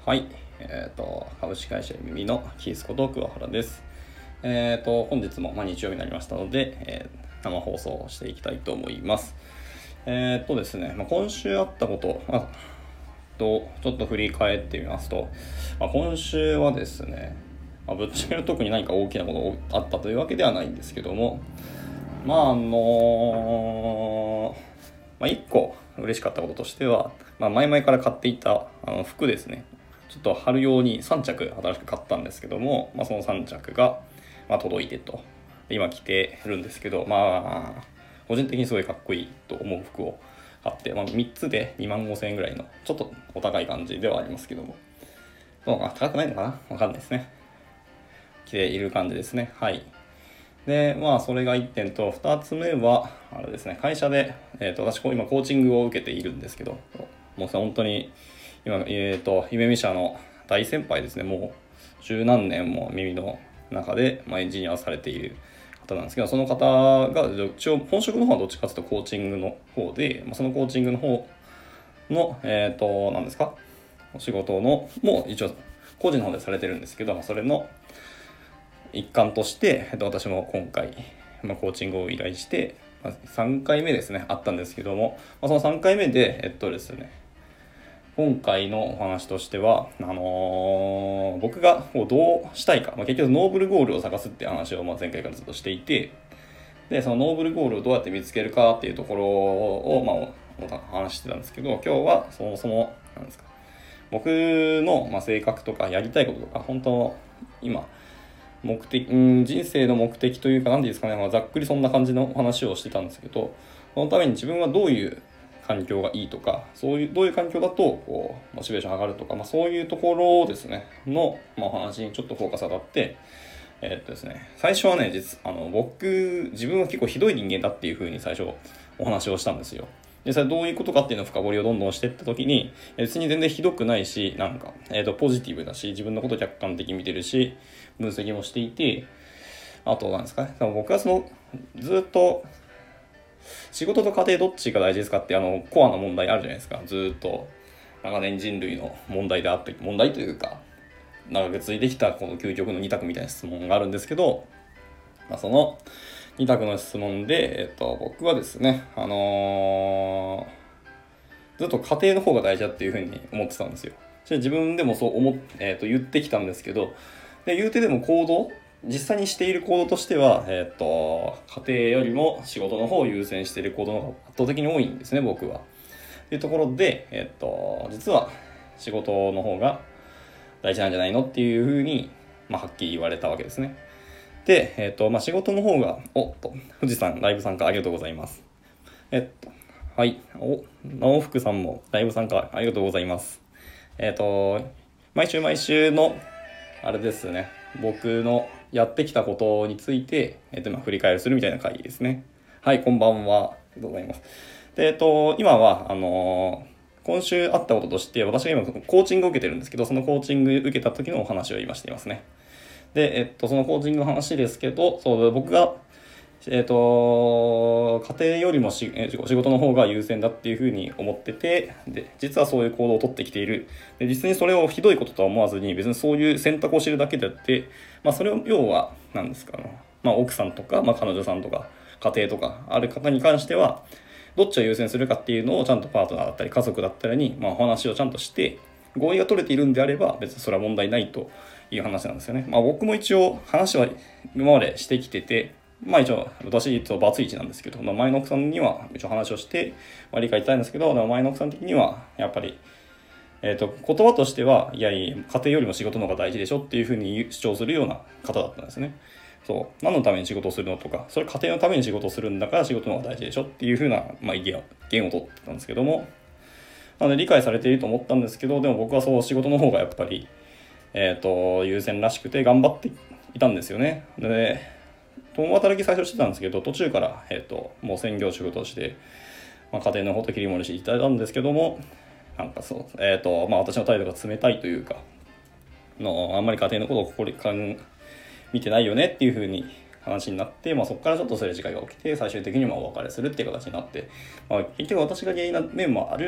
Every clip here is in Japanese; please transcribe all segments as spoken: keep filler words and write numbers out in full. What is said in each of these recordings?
はい、えーと、株式会社耳のキースこと桑原です。えーと、本日も、まあ、日曜日になりましたので、えー、生放送をしていきたいと思います。えーとですね、まあ、今週あったことあとちょっと振り返ってみますと、まあ、今週はですね、まあ、ぶっちゃける特に何か大きなことがあったというわけではないんですけども、まああのまあ、いっこ嬉しかったこととしては、まあ、前々から買っていたあの服ですね。ちょっと春用にさん着新しく買ったんですけども、まあ、そのさん着が、まあ、届いてと今着てるんですけど、まあ個人的にすごいかっこいいと思う服を買って、まあ、みっつでにまんごせんえんぐらいのちょっとお高い感じではありますけども、そうか高くないのかな、わかんないですね。着ている感じですね。はい。で、まあ、それがいってんと、ふたつめは、あれですね、会社で、えっと、私、今、コーチングを受けているんですけど、もう本当に、今、えっと、夢見社の大先輩ですね、もう、十何年も耳の中で、まあ、エンジニアをされている方なんですけど、その方が、一応、本職の方はどっちかというとコーチングの方で、まあ、そのコーチングの方の、えっと、何ですか、お仕事の、もう一応、個人の方でされてるんですけど、それの、一環として、えっと、私も今回、まあ、コーチングを依頼して、まあ、さんかいめですね、あったんですけども、まあ、そのさんかいめで、えっとですね、今回のお話としては、あのー、僕がどうしたいか、まあ、結局ノーブルゴールを探すっていう話をまあ前回からずっとしていて、で、そのノーブルゴールをどうやって見つけるかっていうところを、まあ、話してたんですけど、今日はそもそも、なんですか、僕の、まあ、性格とかやりたいこととか、本当今、目的、うん、人生の目的というか、何ていうんですかね、まあ、ざっくりそんな感じの話をしてたんですけど、そのために自分はどういう環境がいいとか、そういう、どういう環境だと、こう、モチベーション上がるとか、まあ、そういうところですね、の、まあ、お話にちょっとフォーカス当たって、えー、っとですね、最初はね、実、あの、僕、自分は結構ひどい人間だっていう風に最初お話をしたんですよ。で、それどういうことかっていうのを深掘りをどんどんしていったときに、別に全然ひどくないし、なんか、えっと、ポジティブだし、自分のことを客観的に見てるし、分析もしていて、あと、なんですかね、僕はその、ずっと、仕事と家庭どっちが大事ですかって、あの、コアな問題あるじゃないですか。ずっと、長年人類の問題であって、問題というか、長く続いてきたこの究極のに択みたいな質問があるんですけど、まあ、そのに択の質問で、えっと、僕はですね、あのー、ずっと家庭の方が大事だっていうふうに思ってたんですよ。自分でもそう思っ、えー、と言ってきたんですけど、で言うてでも行動、実際にしている行動としては、えっと、家庭よりも仕事の方を優先している行動の方が圧倒的に多いんですね、僕は。というところで、えっと、実は仕事の方が大事なんじゃないのっていうふうに、まあ、はっきり言われたわけですね。で、えっと、まあ、仕事の方が、おっと、富士山ライブ参加ありがとうございます。えっと、はい、お、直福さんもライブ参加ありがとうございます。えっと、毎週毎週の、あれですね、僕のやってきたことについて、えっと、まあ、振り返りするみたいな会議ですね。はい、こんばんは。ありがとうございます。で、えっと、今は、あのー、今週あったこととして、私が今コーチングを受けてるんですけど、そのコーチング受けた時のお話を今していますね。で、えっと、そのコーチングの話ですけど、そう、僕が、えっと、家庭よりもし仕事の方が優先だっていうふうに思ってて、で、実はそういう行動をとってきている。で、実にそれをひどいこととは思わずに、別にそういう選択を知るだけであって、まあ、それを要は、何ですかね、まあ、奥さんとか、まあ、彼女さんとか、家庭とか、ある方に関しては、どっちを優先するかっていうのをちゃんとパートナーだったり、家族だったりに、まあ、お話をちゃんとして、合意が取れているんであれば、別にそれは問題ないという話なんですよね。まあ、僕も一応話は今までしてきてて、まあ一応私とバツイチなんですけど、まあ、前の奥さんには一応話をして、まあ、理解したいんですけど、前の奥さん的にはやっぱり、えー、と言葉としては、いやいや家庭よりも仕事の方が大事でしょっていうふうに主張するような方だったんですね。そう、何のために仕事をするのとか、それ家庭のために仕事をするんだから仕事の方が大事でしょっていうふうな、まあ、意見を言を取ってたんですけども、なので理解されていると思ったんですけど、でも僕はそう仕事の方がやっぱり、えー、と優先らしくて頑張っていたんですよね。で、共働き最初してたんですけど、途中から、えー、ともう専業仕事をして、まあ、家庭の方と切り盛りしていただいたんですけども、なんかそう、えーとまあ、私の態度が冷たいというかの、あんまり家庭のことを心かん見てないよねっていう風に話になって、まあ、そこからちょっとすれ違いが起きて、最終的にまあお別れするっていう形になって、まあ、結局私が原因な面もあるは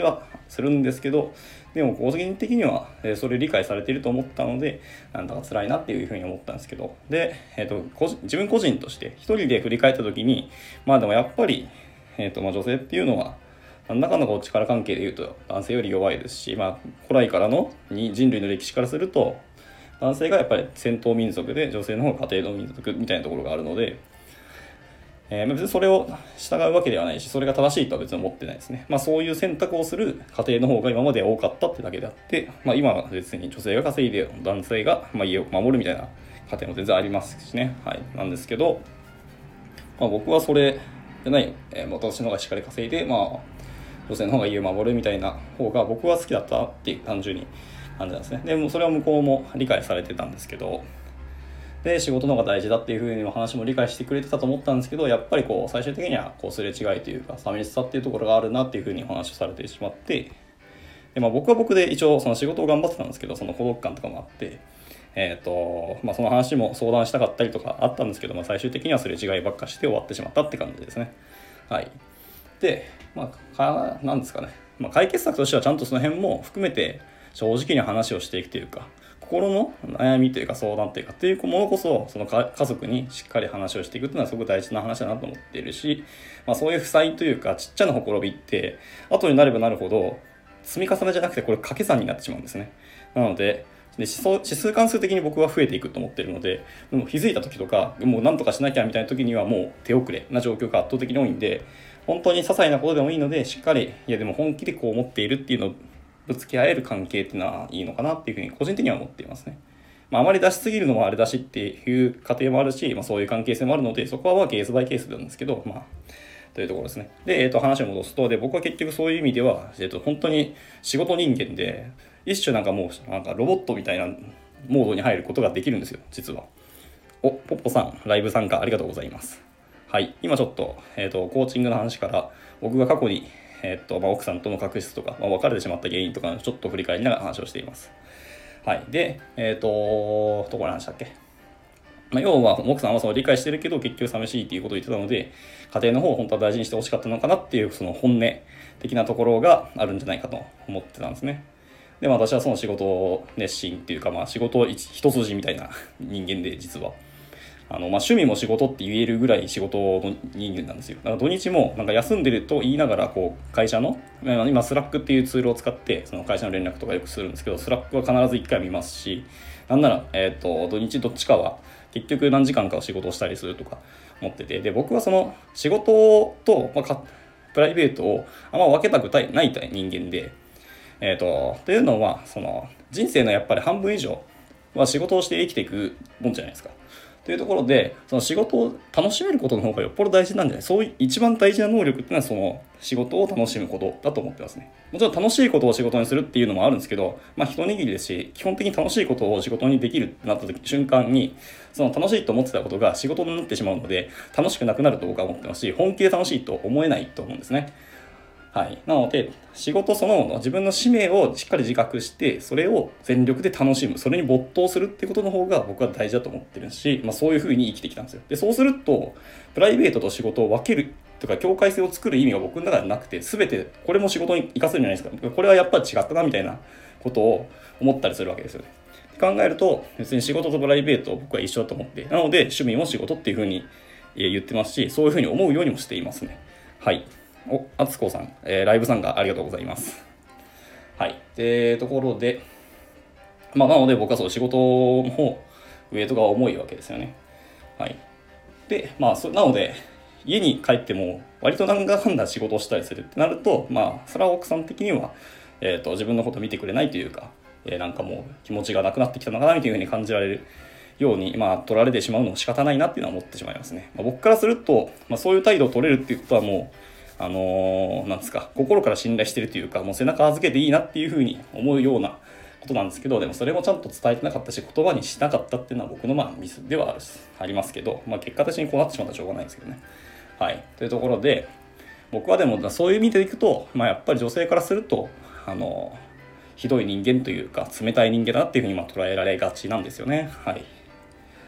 するんですけど、でも個人的にはそれ理解されていると思ったので、なんだか辛いなっていうふうに思ったんですけど、で、えー、と個人自分個人として一人で振り返った時に、まあでもやっぱり、えーとまあ、女性っていうのはなんだかんだこう力関係でいうと男性より弱いですし、まあ、古来からの人類の歴史からすると男性がやっぱり戦闘民族で女性の方が家庭の民族みたいなところがあるので、えー、別にそれを従うわけではないし、それが正しいとは別に思ってないですね。まあそういう選択をする家庭の方が今まで多かったってだけであって、まあ今は別に女性が稼いで男性がまあ家を守るみたいな家庭も全然ありますしね。はい。なんですけど、まあ僕はそれじゃない、えー、私の方がしっかり稼いで、まあ女性の方が家を守るみたいな方が僕は好きだったっていう単純に感じなんですね。でもそれは向こうも理解されてたんですけど、で仕事の方が大事だっていう風に話も理解してくれてたと思ったんですけど、やっぱりこう最終的にはこうすれ違いというか寂しさっていうところがあるなっていう風にお話をされてしまって、で、まあ、僕は僕で一応その仕事を頑張ってたんですけど、その孤独感とかもあって、えーとまあ、その話も相談したかったりとかあったんですけど、まあ、最終的にはすれ違いばっかして終わってしまったって感じですね。はい。で、まあ、かなんですかね、まあ、解決策としてはちゃんとその辺も含めて正直に話をしていくというか、心の悩みというか相談というかっていうものこそ、その家族にしっかり話をしていくっていうのはすごく大事な話だなと思っているし、まあ、そういう負債というかちっちゃなほころびって後になればなるほど積み重ねじゃなくてこれ掛け算になってしまうんですね。なのでで指数、指数関数的に僕は増えていくと思っているので、でも気づいた時とかもう何とかしなきゃみたいな時にはもう手遅れな状況が圧倒的に多いんで、本当に些細なことでもいいのでしっかり、いやでも本気でこう思っているっていうのをぶつけ合える関係っていうのはいいのかなっていうふうに個人的には思っていますね。まあ、あまり出しすぎるのもあれだしっていう過程もあるし、まあ、そういう関係性もあるので、そこはまあケースバイケースなんですけど、まあというところですね。で、えー、と話を戻すと、で僕は結局そういう意味では、えー、と本当に仕事人間で一種なんかもうなんかロボットみたいなモードに入ることができるんですよ、実は。お、ポッポさん、ライブ参加ありがとうございます。はい、今ちょっと、えー、とコーチングの話から僕が過去に、えーとまあ、奥さんとの確執とか、まあ、別れてしまった原因とかちょっと振り返りながら話をしています。はい、で、えっ、ー、とどこの話だっけ。まあ、要は奥さんはその理解してるけど結局寂しいっていうことを言ってたので、家庭の方を本当は大事にしてほしかったのかなっていうその本音的なところがあるんじゃないかと思ってたんですね。で、まあ、私はその仕事熱心っていうか、まあ、仕事一筋みたいな人間で、実はあの、まあ、趣味も仕事って言えるぐらい仕事の人間なんですよ。だから土日もなんか休んでると言いながらこう会社の今スラックっていうツールを使ってその会社の連絡とかよくするんですけど、スラックは必ずいっかい見ますし、なんなら、えー、と土日どっちかは結局何時間か仕事をしたりするとか思ってて、で僕はその仕事と、まあ、プライベートをあんま分けたくない人間で、えー、とというのはその人生のやっぱり半分以上は仕事をして生きていくもんじゃないですか。というところで、その仕事を楽しめることの方がよっぽど大事なんじゃない、そういう一番大事な能力っていうのはその仕事を楽しむことだと思ってますね。もちろん楽しいことを仕事にするっていうのもあるんですけど、まあ一握りですし、基本的に楽しいことを仕事にできるってなった時瞬間に、その楽しいと思ってたことが仕事になってしまうので、楽しくなくなると僕は思ってますし、本気で楽しいと思えないと思うんですね。はい、なので仕事そのもの、自分の使命をしっかり自覚してそれを全力で楽しむ、それに没頭するっていうことの方が僕は大事だと思ってるし、まあ、そういうふうに生きてきたんですよ。でそうするとプライベートと仕事を分けるとか境界線を作る意味が僕の中でなくて、全てこれも仕事に生かせるんじゃないですか、これはやっぱり違ったなみたいなことを思ったりするわけですよね。考えると別に仕事とプライベート僕は一緒だと思って、なので趣味も仕事っていうふうに言ってますし、そういうふうに思うようにもしていますね。はい。お、あつこさん、えー、ライブ参加ありがとうございます。はい。で、ところで、まあ、なので僕はそう仕事もウエイトが重いわけですよね。はい。で、まあ、そなので、家に帰っても割となんだかんだ仕事をしたりするってなると、まあ、それは奥さん的には、えーと、自分のことを見てくれないというか、えー、なんかもう気持ちがなくなってきたのかなというふうに感じられるように、まあ、取られてしまうのも仕方ないなっていうのは思ってしまいますね。まあ、僕からすると、まあ、そういう態度を取れるっていうことはもう、あのー、なんですか、心から信頼してるというか、もう背中預けていいなっていうふうに思うようなことなんですけど、でもそれもちゃんと伝えてなかったし、言葉にしなかったっていうのは僕のまあミスではありますけど、まあ、結果的にこうなってしまったらしょうがないですけどね。はい。というところで、僕はでもそういう意味でいくと、まあ、やっぱり女性からすると、あのー、ひどい人間というか、冷たい人間だなっていうふうにまあ捉えられがちなんですよね。はい。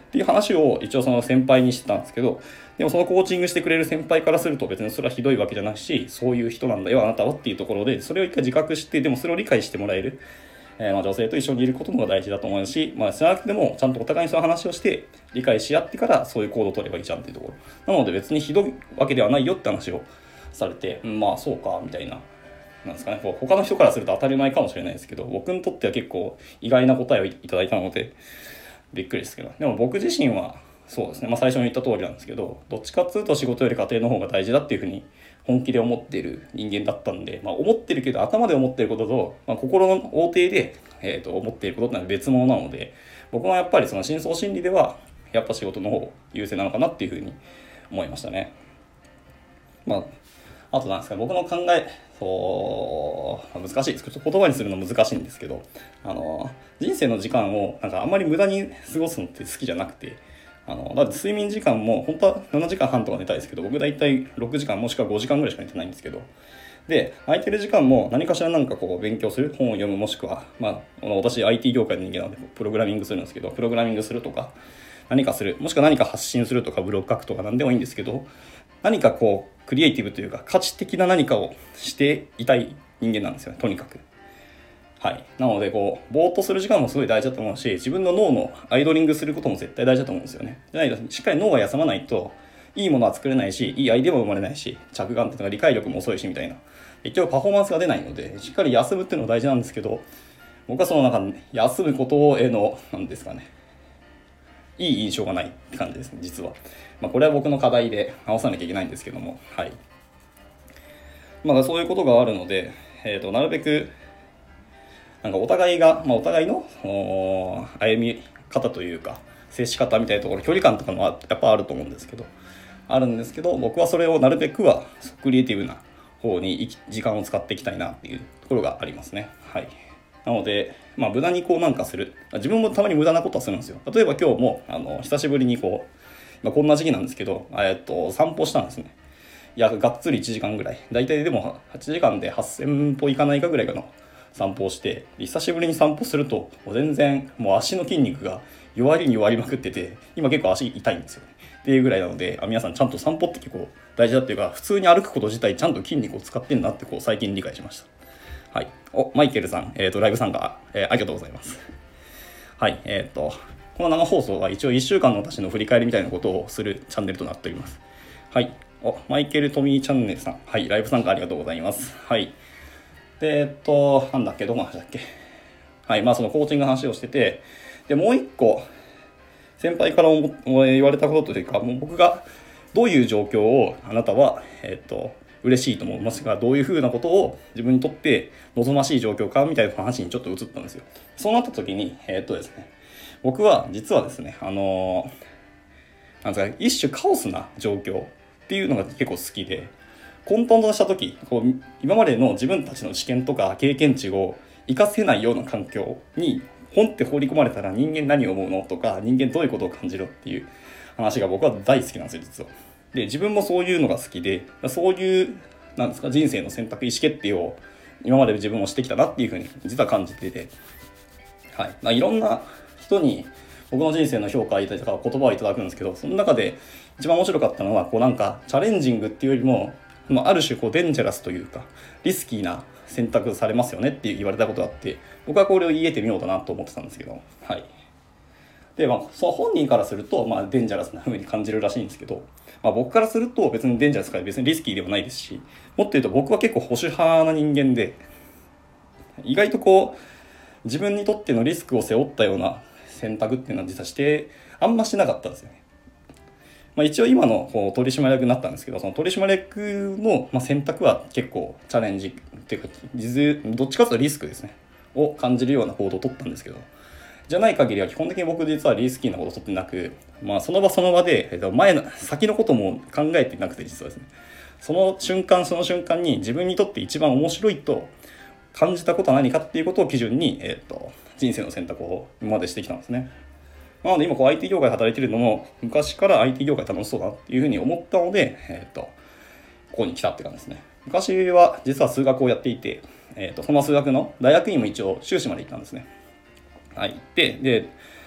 っていう話を一応その先輩にしてたんですけど、でもそのコーチングしてくれる先輩からすると別にそれはひどいわけじゃないし、そういう人なんだよあなたはっていうところで、それを一回自覚して、でもそれを理解してもらえる、えー、まあ女性と一緒にいることも大事だと思うし、まあしなくてもちゃんとお互いにその話をして理解し合ってからそういう行動を取ればいいじゃんっていうところなので、別にひどいわけではないよって話をされて、うん、まあそうかみたいな、なんですかね、こう他の人からすると当たり前かもしれないですけど、僕にとっては結構意外な答えをいただいたのでびっくりですけど、でも僕自身はそうですね、まあ、最初に言った通りなんですけど、どっちかっていうと仕事より家庭の方が大事だっていうふうに本気で思っている人間だったんで、まあ、思ってるけど頭で思ってることと、まあ、心の大手で、えー、と思っていることってのは別物なので、僕はやっぱりその深層心理ではやっぱ仕事の方優先なのかなっていうふうに思いましたね。まああとなんですか、僕の考え、そう難しい、ちょっと言葉にするの難しいんですけど、あの人生の時間をなんかあんまり無駄に過ごすのって好きじゃなくて、あのだって睡眠時間も本当はななじかんはんとか寝たいですけど、僕大体ろくじかんもしくはごじかんぐらいしか寝てないんですけど、で空いてる時間も何かしらなんかこう勉強する、本を読む、もしくは、まあ、私 アイティー 業界の人間なのでプログラミングするんですけど、プログラミングするとか何かする、もしくは何か発信するとかブログ書くとか何でもいいんですけど、何かこうクリエイティブというか価値的な何かをしていたい人間なんですよね、とにかく。はい、なのでこうぼーっとする時間もすごい大事だと思うし、自分の脳のアイドリングすることも絶対大事だと思うんですよね。じゃないとしっかり脳が休まないといいものは作れないし、いいアイデアも生まれないし、着眼点とか理解力も遅いしみたいな、結局パフォーマンスが出ないので、しっかり休むっていうのが大事なんですけど、僕はその中で休むことへのなんですかね、いい印象がないって感じですね、実は。まあ、これは僕の課題で直さなきゃいけないんですけども、はい。まあ、そういうことがあるので、えーと、なるべくなんかお互いが、まあ、お互いの歩み方というか接し方みたいなところ、距離感とかもやっぱあると思うんですけどあるんですけど僕はそれをなるべくはクリエイティブな方に時間を使っていきたいなっていうところがありますね。はい。なので、まあ、無駄にこうなんかする、自分もたまに無駄なことはするんですよ。例えば今日もあの久しぶりにこう、まあ、こんな時期なんですけど、えっと散歩したんですね。いやがっつりいちじかんぐらい、だいたいでもはちじかんではっせん歩いかないかぐらいかな、散歩をして、久しぶりに散歩するともう全然もう足の筋肉が弱りに弱りまくってて、今結構足痛いんですよねっていうぐらいなので、あ皆さんちゃんと散歩って結構大事だっていうか、普通に歩くこと自体ちゃんと筋肉を使ってんなってこう最近理解しました。はい。お、マイケルさん、えっとライブ参加、えー、ありがとうございます。はい。えっとこの生放送は一応いっしゅうかんの私の振り返りみたいなことをするチャンネルとなっております。はい。お、マイケルトミーチャンネルさん、はい、ライブ参加ありがとうございます。はい。で、えっと、なんだっけ、どこの話だっけ。はい、まあそのコーチングの話をしてて、で、もう一個、先輩から言われたことというか、もう僕がどういう状況をあなたは、えっと、嬉しいと思う、もしくはどういうふうなことを自分にとって望ましい状況かみたいな話にちょっと移ったんですよ。そうなった時に、えっとですね、僕は実はですね、あの、なんですか、一種カオスな状況っていうのが結構好きで、混沌とした時、こう今までの自分たちの知見とか経験値を活かせないような環境に本って放り込まれたら、人間何を思うのとか、人間どういうことを感じるっていう話が僕は大好きなんですよ、実は。で、自分もそういうのが好きで、そういうなんですか、人生の選択、意思決定を今まで自分もしてきたなっていうふうに実は感じてて、はい、まあ、いろんな人に僕の人生の評価をいただいた言葉をいただくんですけど、その中で一番面白かったのは、こうなんかチャレンジングっていうよりも、まあ、ある種こうデンジャラスというかリスキーな選択されますよねって言われたことがあって、僕はこれを言えてみようかなと思ってたんですけど、はい。で、まあ、その本人からすると、まあ、デンジャラスな風に感じるらしいんですけど、まあ、僕からすると別にデンジャラスから別にリスキーではないですし、もっと言うと僕は結構保守派な人間で、意外とこう自分にとってのリスクを背負ったような選択っていうのは実はしてあんましてなかったんですよね。まあ、一応今のこう取締役になったんですけど、その取締役のまあ選択は結構チャレンジっていうか、どっちかというとリスクですねを感じるような行動を取ったんですけど、じゃない限りは基本的に僕実はリスキーなことを取ってなく、まあ、その場その場で前の先のことも考えてなくて、実はですね、その瞬間その瞬間に自分にとって一番面白いと感じたことは何かっていうことを基準に、えー、と人生の選択を今までしてきたんですね。なので今こう アイティー 業界で働いているのも昔から アイティー 業界楽しそうだっていうふうに思ったので、えー、とここに来たって感じですね。昔は実は数学をやっていて、えー、とその数学の大学院も一応修士まで行ったんですね。はい。で、で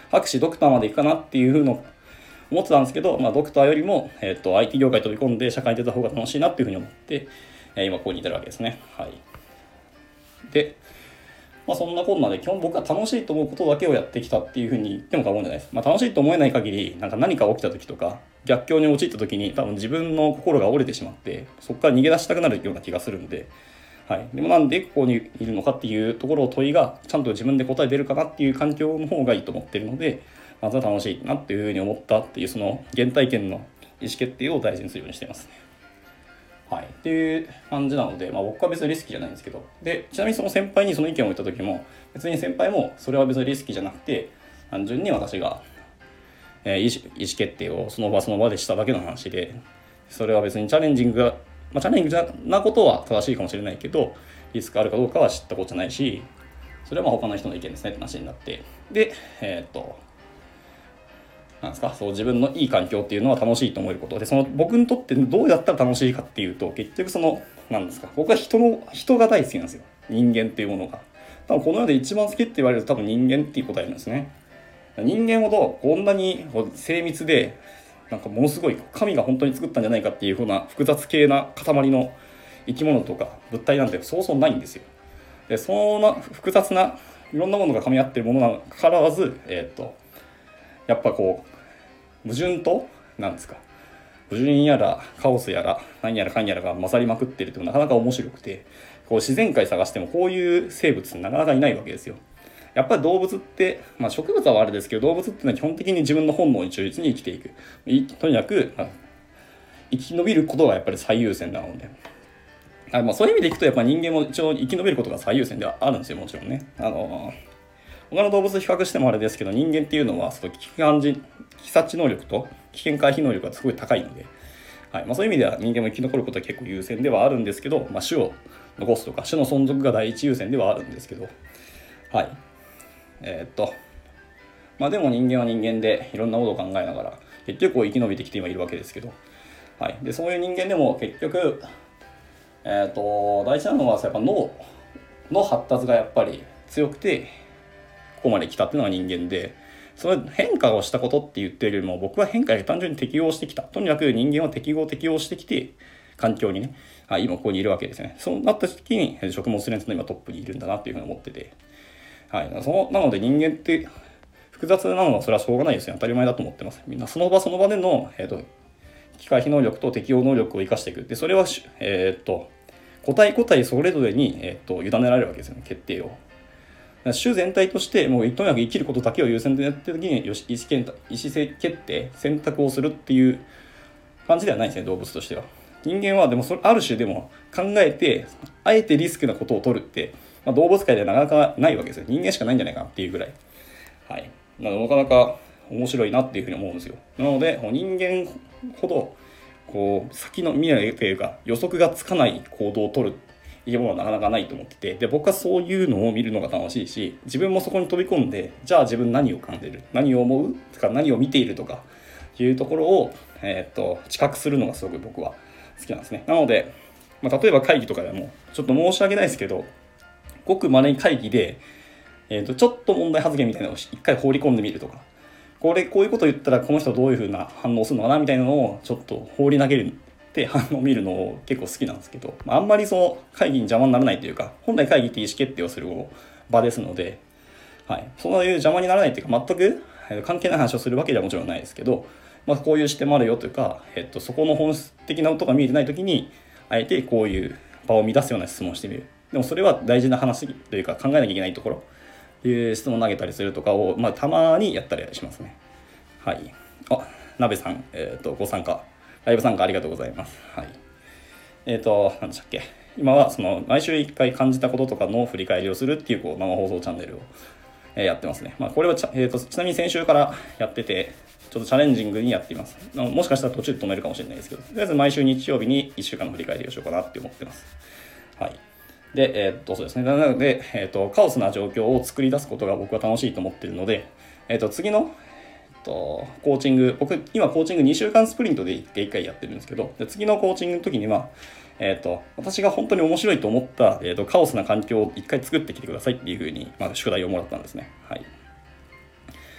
博士ドクターまで行くかなっていうのを思ってたんですけど、まあ、ドクターよりも、えーと、アイティー 業界飛び込んで社会に出た方が楽しいなっていうふうに思って、えー、今ここにいてるわけですね。はい。で、まあ、そんなこんなで基本僕は楽しいと思うことだけをやってきたっていうふうに言っても過言じゃないです。まあ、楽しいと思えない限り、なんか何か起きた時とか逆境に陥った時に多分自分の心が折れてしまって、そこから逃げ出したくなるような気がするんで、はい、でもなんでここにいるのかっていうところを問いがちゃんと自分で答え出るかなっていう環境の方がいいと思ってるので、まずは楽しいなっていうふうに思ったっていうその原体験の意思決定を大事にするようにしていますね。はい、っていう感じなので、まあ、僕は別にリスキーじゃないんですけど、でちなみにその先輩にその意見を言った時も別に先輩もそれは別にリスキーじゃなくて単純に私が、えー、意思意思決定をその場その場でしただけの話で、それは別にチャレンジングがまあ、チャレンジなことは正しいかもしれないけどリスクあるかどうかは知ったことじゃないし、それはまあ他の人の意見ですねって話になって、でえっ、ー、となんですか、そう自分のいい環境っていうのは楽しいと思えることで、その僕にとってどうやったら楽しいかっていうと、結局そのなんですか、僕は人の人が大好きなんですよ。人間っていうものが多分この世で一番好きって言われると多分人間っていう答えなんですね。人間ほどこんなに精密でなんかものすごい神が本当に作ったんじゃないかっていう風な複雑系な塊の生き物とか物体なんてそうそうないんですよ。でそんな複雑ないろんなものが噛み合ってるものなのかかわらず、えー、とやっぱこう矛盾となんですか矛盾やらカオスやら何やらかんやらが混ざりまくってるっていうのがなかなか面白くて、こう自然界探してもこういう生物なかなかいないわけですよ。やっぱり動物って、まあ、植物はあれですけど動物っていうのは基本的に自分の本能に忠実に生きていく、とにかく、まあ、生き延びることがやっぱり最優先なので、あ、まあ、そういう意味でいくとやっぱ人間も一応生き延びることが最優先ではあるんですよ。もちろんね、あの他の動物と比較してもあれですけど、人間っていうのはその危機感じ危察知能力と危険回避能力がすごい高いので、はい、まあ、そういう意味では人間も生き残ることは結構優先ではあるんですけど、まあ、種を残すとか種の存続が第一優先ではあるんですけど、はい、えー、っとまあでも人間は人間でいろんなことを考えながら結局こう生き延びてきて今いるわけですけど、はい、でそういう人間でも結局、えー、っと大事なのはやっぱ脳の発達がやっぱり強くてここまで来たっていうのが人間で、それ変化をしたことって言ってるよりも僕は変化に単純に適応してきた、とにかく人間は適合適応してきて環境にね、はい、今ここにいるわけですね。そうなった時に食物連鎖の今トップにいるんだなっていうふうに思ってて、はい、そのなので人間って複雑なのはそれはしょうがないですよ。当たり前だと思ってます。みんなその場その場での、えーと、機械非能力と適応能力を生かしていく。でそれは、えーと、個体個体それぞれに、えーと、委ねられるわけですよね、決定を。種全体としてもうとにかく生きることだけを優先でやってる時によし意思決定選択をするっていう感じではないんですね、動物としては。人間はでもそれある種でも考えてあえてリスクなことを取るって、まあ、動物界ではなかなかないわけですよ。人間しかないんじゃないかなっていうぐらい、はい、なのでなかなか面白いなっていうふうに思うんですよ。なので人間ほどこう先の未来というか予測がつかない行動を取る生き物はなかなかないと思ってて、で僕はそういうのを見るのが楽しいし、自分もそこに飛び込んで、じゃあ自分何を感じる、何を思うとか何を見ているとかいうところを、えー、っと知覚するのがすごく僕は好きなんですね。なので、まあ、例えば会議とかでもちょっと申し訳ないですけど、ごく稀に会議で、えー、とちょっと問題発言みたいなのを一回放り込んでみるとか、これこういうことを言ったらこの人どういう風な反応するのかなみたいなのをちょっと放り投げるって反応を見るのを結構好きなんですけど、あんまりその会議に邪魔にならないというか、本来会議って意思決定をする場ですので、はい、そういう邪魔にならないというか全く関係ない話をするわけではもちろんないですけど、まあ、こういう視点もあるよというか、えっと、そこの本質的なことが見えてないときにあえてこういう場を乱すような質問をしてみる。でもそれは大事な話というか考えなきゃいけないところいう質問を投げたりするとかを、まあ、たまにやったりしますね。はい。あ、なべさん、えっと、ご参加、ライブ参加ありがとうございます。はい。えっと、何でしたっけ。今はその毎週いっかい感じたこととかの振り返りをするっていうこう生放送チャンネルをやってますね。まあ、これはち、えーと、ちなみに先週からやってて、ちょっとチャレンジングにやっています。もしかしたら途中で止めるかもしれないですけど、とりあえず毎週日曜日にいっしゅうかんの振り返りをしようかなって思ってます。はい。で、えー、っと、そうですね。なので、えー、っと、カオスな状況を作り出すことが僕は楽しいと思っているので、えー、っと、次の、えっと、コーチング、僕、今コーチングにしゅうかんスプリントでいっかいやってるんですけど、で次のコーチングの時には、えー、と私が本当に面白いと思った、えー、とカオスな環境を一回作ってきてくださいっていう風に、まあ、宿題をもらったんですね。はい。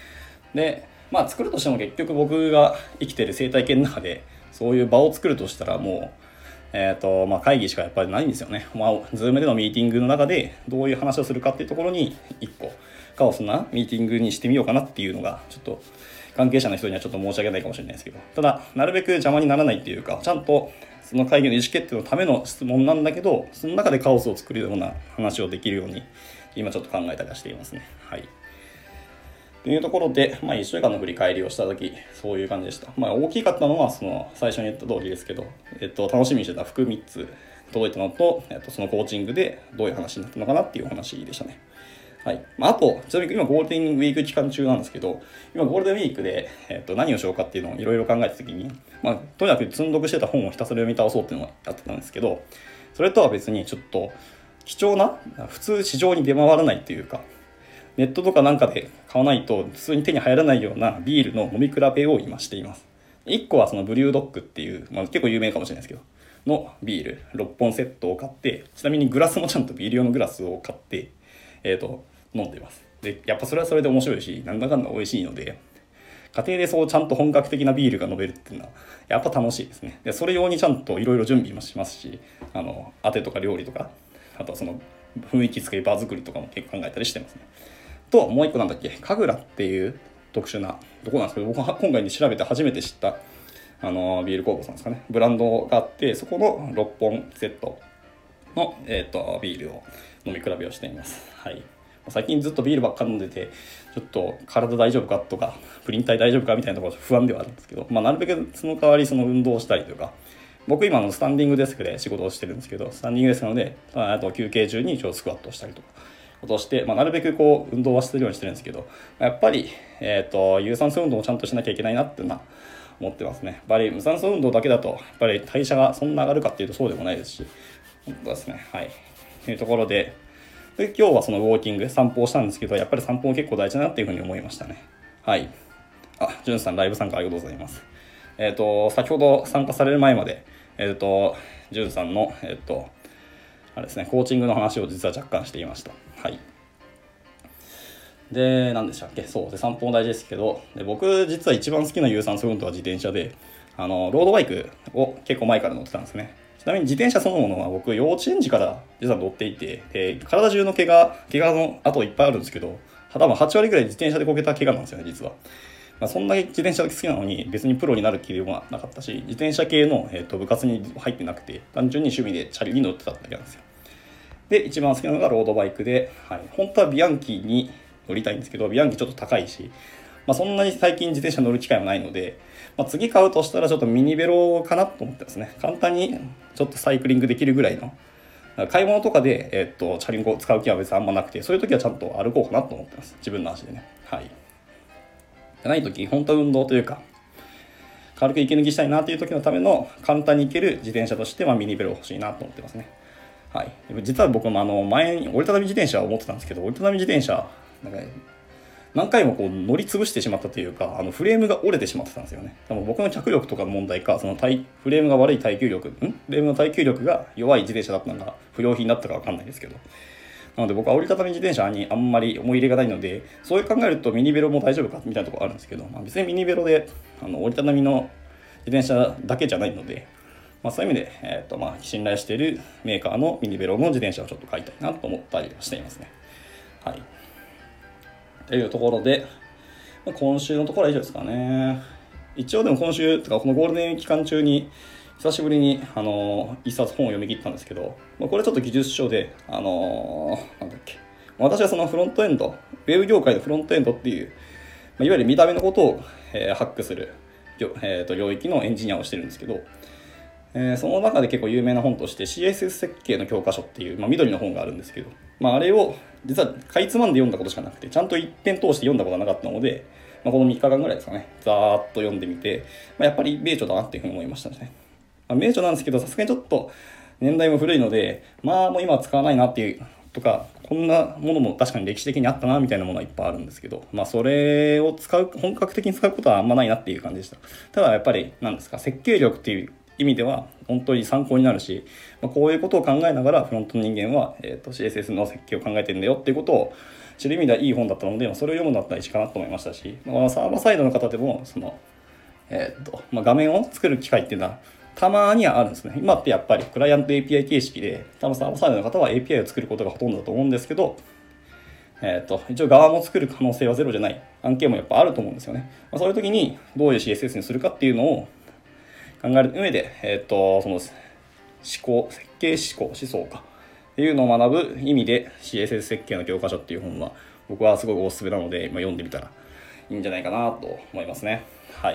でまあ作るとしても結局僕が生きてる生態系の中でそういう場を作るとしたらもうえーとまあ、会議しかやっぱりないんですよね。まあ、Zoom でのミーティングの中でどういう話をするかっていうところにいっこカオスなミーティングにしてみようかなっていうのがちょっと関係者の人にはちょっと申し訳ないかもしれないですけど、ただなるべく邪魔にならないっていうかちゃんとその会議の意思決定のための質問なんだけどその中でカオスを作るような話をできるように今ちょっと考えたりはしていますね。はい。というところで、まあ、いっしゅうかんの振り返りをしたとき、そういう感じでした。まあ、大きかったのは、その、最初に言った通りですけど、えっと、楽しみにしてた服みっつ届いたのと、えっと、そのコーチングでどういう話になったのかなっていう話でしたね。はい。まあ、あと、ちなみに今ゴールデンウィーク期間中なんですけど、今ゴールデンウィークで、えっと、何をしようかっていうのをいろいろ考えたときに、まあ、とにかく積んどくしてた本をひたすら読み倒そうっていうのをやってたんですけど、それとは別にちょっと、貴重な、普通市場に出回らないっていうか、ネットとかなんかで買わないと普通に手に入らないようなビールの飲み比べを今しています。いっこはそのブリュードッグっていう、まあ、結構有名かもしれないですけどのビールろっぽんセットを買って、ちなみにグラスもちゃんとビール用のグラスを買って、えーと飲んでいます。でやっぱそれはそれで面白いしなんだかんだ美味しいので、家庭でそうちゃんと本格的なビールが飲めるっていうのはやっぱ楽しいですね。でそれ用にちゃんといろいろ準備もしますし、あの当てとか料理とか、あとはその雰囲気作り場作りとかも結構考えたりしてますね。ともう一個なんだっけ、神楽っていう特殊なとこなんですけど、僕は今回に調べて初めて知ったあのビール工房さんですかね、ブランドがあって、そこのろっぽんセットの、えー、とビールを飲み比べをしています。はい。最近ずっとビールばっか飲んでてちょっと体大丈夫かとかプリン体大丈夫かみたいなところ不安ではあるんですけど、まあ、なるべくその代わりその運動をしたりとか、僕今のスタンディングデスクで仕事をしてるんですけど、スタンディングデスクなのであと休憩中に一応スクワットをしたりとかことをして、まあ、なるべくこう運動はしてるようにしてるんですけど、やっぱり、えー、と有酸素運動をちゃんとしなきゃいけないなっていうのは思ってますね。やっぱり無酸素運動だけだとやっぱり代謝がそんな上がるかっていうとそうでもないですし、本当ですね。はい。というところで、で今日はそのウォーキング散歩をしたんですけど、やっぱり散歩も結構大事だなっていうふうに思いましたね。はい。あ、じゅんさんライブ参加ありがとうございます。えっ、ー、と先ほど参加される前までえっ、ー、とじゅんさんのえっ、ー、とあれですね、コーチングの話を実は若干していました。はい。で、何でしたっけ、そうで散歩も大事ですけど、で僕実は一番好きな有酸素運動は自転車で、あのロードバイクを結構前から乗ってたんですね。ちなみに自転車そのものは僕幼稚園児から実は乗っていて、で体中の怪我怪我の跡いっぱいあるんですけど、多分はちわりぐらい自転車でこけた怪我なんですよね、実は。まあ、そんなに自転車が好きなのに別にプロになる気でもなかったし、自転車系の、えー、と部活に入ってなくて、単純に趣味でチャリに乗ってただけなんですよ。で一番好きなのがロードバイクで、はい、本当はビアンキに乗りたいんですけど、ビアンキちょっと高いし、まあ、そんなに最近自転車乗る機会もないので、まあ、次買うとしたらちょっとミニベロかなと思ってますね。簡単にちょっとサイクリングできるぐらいの、買い物とかで、えー、っとチャリンコを使う気は別にあんまなくて、そういう時はちゃんと歩こうかなと思ってます、自分の足でね。はい。じゃない時、本当は運動というか軽く息抜きしたいなっていう時のための簡単に行ける自転車として、まあ、ミニベロ欲しいなと思ってますね。はい、実は僕もあの前に折りたたみ自転車を持ってたんですけど、折りたたみ自転車なんか何回もこう乗り潰してしまったというか、あのフレームが折れてしまってたんですよね。多分僕の脚力とかの問題か、その耐フレームが悪い耐久力んフレームの耐久力が弱い自転車だったのが不良品だったか分かんないですけど、なので僕は折りたたみ自転車にあんまり思い入れがないので、そういう考えるとミニベロも大丈夫かみたいなところあるんですけど、まあ、別にミニベロであの折りたたみの自転車だけじゃないので、まあ、そういう意味で、えーとまあ、信頼しているメーカーのミニベロの自転車をちょっと買いたいなと思ったりしていますね。はい。というところで、今週のところは以上ですかね。一応でも今週とかこのゴールデン期間中に久しぶりにあの一冊本を読み切ったんですけど、まあ、これちょっと技術書で、あのー、なんだっけ、私はそのフロントエンド、ウェブ業界のフロントエンドっていう、まあ、いわゆる見た目のことを、えー、ハックする、えー、と領域のエンジニアをしてるんですけど、えー、その中で結構有名な本として シーエスエス 設計の教科書っていう、まあ、緑の本があるんですけど、まあ、あれを実はかいつまんで読んだことしかなくて、ちゃんと一点通して読んだことがなかったので、まあ、このみっかかんぐらいですかね、ざーっと読んでみて、まあ、やっぱり名著だなっていうふうに思いましたね。まあ、名著なんですけど、さすがにちょっと年代も古いので、まあもう今は使わないなっていうとか、こんなものも確かに歴史的にあったなみたいなものはいっぱいあるんですけど、まあそれを使う、本格的に使うことはあんまないなっていう感じでした。ただやっぱり何ですか、設計力っていう意味では本当に参考になるし、まあ、こういうことを考えながらフロントの人間は、えー、と シーエスエス の設計を考えてるんだよっていうことを知る意味ではいい本だったので、まあ、それを読むんだったらいいかなと思いましたし、まあ、サーバーサイドの方でもその、えーっとまあ、画面を作る機会っていうのはたまにはあるんですね。今ってやっぱりクライアント エーピーアイ 形式で、多分サーバーサイドの方は エーピーアイ を作ることがほとんどだと思うんですけど、えー、と一応側も作る可能性はゼロじゃない案件もやっぱあると思うんですよね。まあ、そういう時にどういう シーエスエス にするかっていうのを考える上で、えー、とその思考設計思考思想かっていうのを学ぶ意味で シーエスエス 設計の教科書っていう本は僕はすごくおすすめなので、まあ、読んでみたらいいんじゃないかなと思いますね。はい。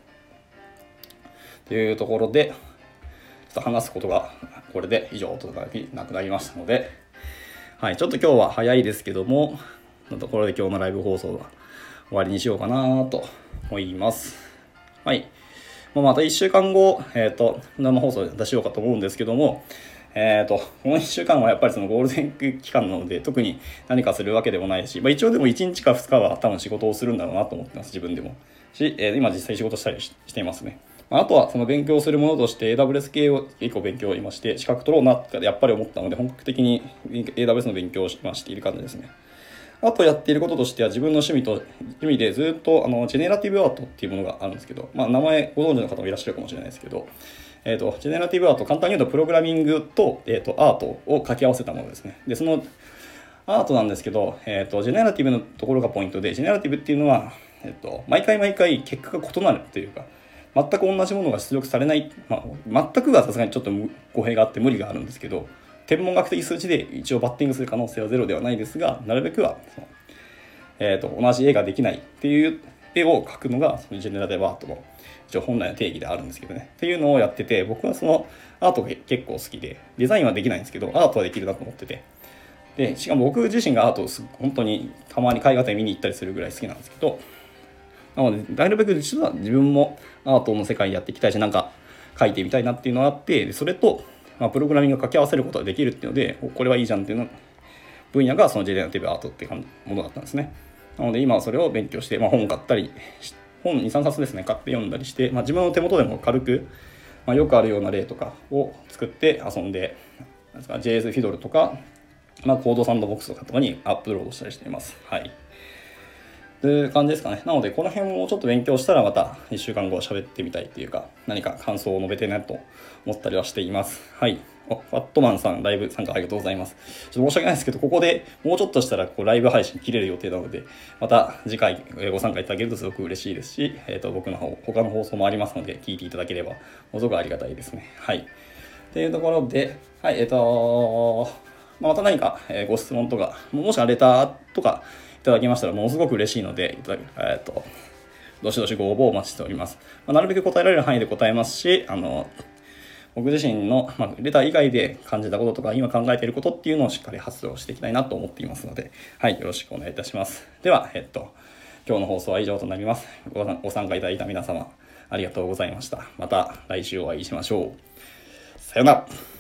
というところでちょっと話すことがこれで以上となくなりましたので、はい、ちょっと今日は早いですけども、のところで今日のライブ放送は終わりにしようかなと思います。はい。またいっしゅうかんご、えっと、生放送で出しようかと思うんですけども、えっと、このいっしゅうかんはやっぱりそのゴールデンウィーク期間なので、特に何かするわけでもないし、まあ、一応でもいちにちかふつかは多分仕事をするんだろうなと思ってます、自分でも。し、えー、今実際仕事したり し, していますね。あとはその勉強するものとして エーダブリューエス 系を結構勉強しまして、資格取ろうなってやっぱり思ったので、本格的に エーダブリューエス の勉強をしましている感じですね。あとやっていることとしては自分の趣味と趣味でずっとあのジェネラティブアートっていうものがあるんですけど、まあ、名前ご存知の方もいらっしゃるかもしれないですけど、えーと、ジェネラティブアート、簡単に言うとプログラミングと、えーと、アートを掛け合わせたものですね。で、そのアートなんですけど、えーと、ジェネラティブのところがポイントで、ジェネラティブっていうのは、えーと、毎回毎回結果が異なるというか、全く同じものが出力されない、まあ、全くはさすがにちょっと語弊があって無理があるんですけど、天文学的数値で一応バッティングする可能性はゼロではないですが、なるべくはその、えーと、同じ絵ができないっていう絵を描くのがそのジェネラティブアートの一応本来の定義であるんですけどね。っていうのをやってて、僕はそのアートが結構好きで、デザインはできないんですけど、アートはできるなと思ってて。で、しかも僕自身がアートを本当にたまに絵画展見に行ったりするぐらい好きなんですけど、なので、なるべく実は自分もアートの世界にやっていきたいし、なんか描いてみたいなっていうのがあって、それと、まあ、プログラミングを掛け合わせることができるっていうので、これはいいじゃんっていうの分野がそのジェネラティブアートっていうものだったんですね。なので今はそれを勉強して、まあ、本を買ったり、本に、さんさつですね、買って読んだりして、まあ、自分の手元でも軽く、まあ、よくあるような例とかを作って遊んで、ジェイエス フィドルとか、まあ、コードサンドボックスとかにアップロードしたりしています。はい。という感じですかね。なので、この辺もちょっと勉強したらまたいっしゅうかんご喋ってみたいっていうか、何か感想を述べてねと思ったりはしています。はい。ファットマンさん、ライブ参加ありがとうございます。ちょっと申し訳ないですけど、ここでもうちょっとしたらこうライブ配信切れる予定なので、また次回ご参加いただけるとすごく嬉しいですし、えっと、僕の方、他の放送もありますので、聞いていただければ、ものすごくありがたいですね。はい。というところで、はい、えっと、また何かご質問とか、もしくはレターとかいただけましたらものすごく嬉しいので、えっと、どしどしご応募をお待ちしております。まあ、なるべく答えられる範囲で答えますし、あの、僕自身の、まあ、レター以外で感じたこととか、今考えていることっていうのをしっかり発動していきたいなと思っていますので、はい、よろしくお願いいたします。では、えっと、今日の放送は以上となります。ご、ご参加いただいた皆様、ありがとうございました。また来週お会いしましょう。さよなら。